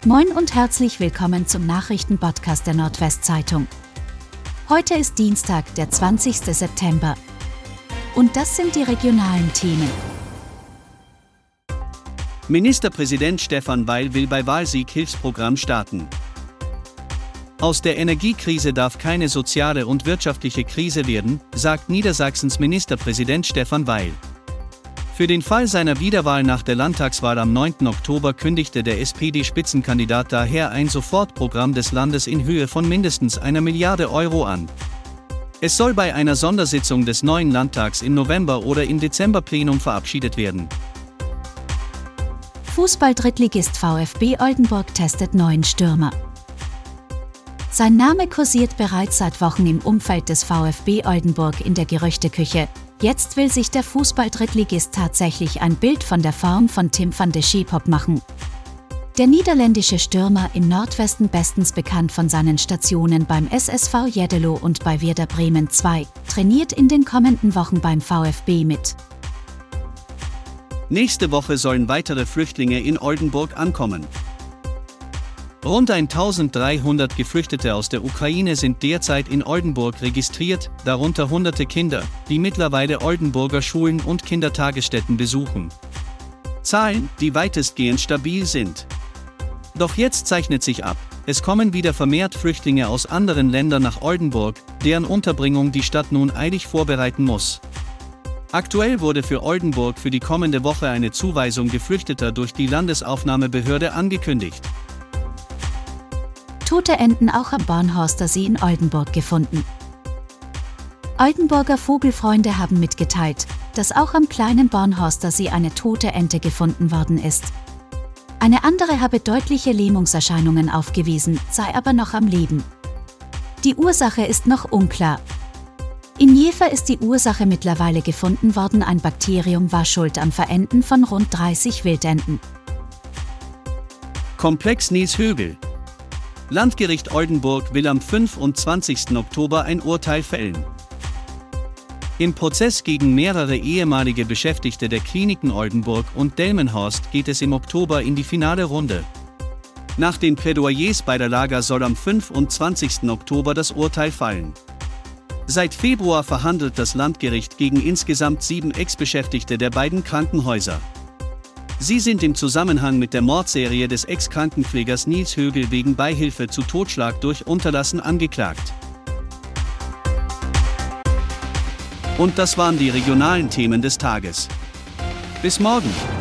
Moin und herzlich willkommen zum Nachrichtenpodcast der Nordwestzeitung. Heute ist Dienstag, der 20. September. Und das sind die regionalen Themen. Ministerpräsident Stefan Weil will bei Wahlsieg Hilfsprogramm starten. Aus der Energiekrise darf keine soziale und wirtschaftliche Krise werden, sagt Niedersachsens Ministerpräsident Stefan Weil. Für den Fall seiner Wiederwahl nach der Landtagswahl am 9. Oktober kündigte der SPD-Spitzenkandidat daher ein Sofortprogramm des Landes in Höhe von mindestens 1 Milliarde Euro an. Es soll bei einer Sondersitzung des neuen Landtags im November oder im Dezemberplenum verabschiedet werden. Fußball-Drittligist VfB Oldenburg testet neuen Stürmer. Sein Name kursiert bereits seit Wochen im Umfeld des VfB Oldenburg in der Gerüchteküche. Jetzt will sich der Fußball-Drittligist tatsächlich ein Bild von der Form von Tim van de Schepop machen. Der niederländische Stürmer, im Nordwesten bestens bekannt von seinen Stationen beim SSV Jeddelo und bei Werder Bremen II, trainiert in den kommenden Wochen beim VfB mit. Nächste Woche sollen weitere Flüchtlinge in Oldenburg ankommen. Rund 1300 Geflüchtete aus der Ukraine sind derzeit in Oldenburg registriert, darunter hunderte Kinder, die mittlerweile Oldenburger Schulen und Kindertagesstätten besuchen. Zahlen, die weitestgehend stabil sind. Doch jetzt zeichnet sich ab, es kommen wieder vermehrt Flüchtlinge aus anderen Ländern nach Oldenburg, deren Unterbringung die Stadt nun eilig vorbereiten muss. Aktuell wurde für Oldenburg für die kommende Woche eine Zuweisung Geflüchteter durch die Landesaufnahmebehörde angekündigt. Tote Enten auch am Bornhorster See in Oldenburg gefunden. Oldenburger Vogelfreunde haben mitgeteilt, dass auch am kleinen Bornhorster See eine tote Ente gefunden worden ist. Eine andere habe deutliche Lähmungserscheinungen aufgewiesen, sei aber noch am Leben. Die Ursache ist noch unklar. In Jever ist die Ursache mittlerweile gefunden worden, ein Bakterium war schuld am Verenden von rund 30 Wildenten. Komplex Nils Högel. Landgericht Oldenburg will am 25. Oktober ein Urteil fällen. Im Prozess gegen mehrere ehemalige Beschäftigte der Kliniken Oldenburg und Delmenhorst geht es im Oktober in die finale Runde. Nach den Plädoyers beider Lager soll am 25. Oktober das Urteil fallen. Seit Februar verhandelt das Landgericht gegen insgesamt 7 Ex-Beschäftigte der beiden Krankenhäuser. Sie sind im Zusammenhang mit der Mordserie des Ex-Krankenpflegers Nils Högel wegen Beihilfe zu Totschlag durch Unterlassen angeklagt. Und das waren die regionalen Themen des Tages. Bis morgen!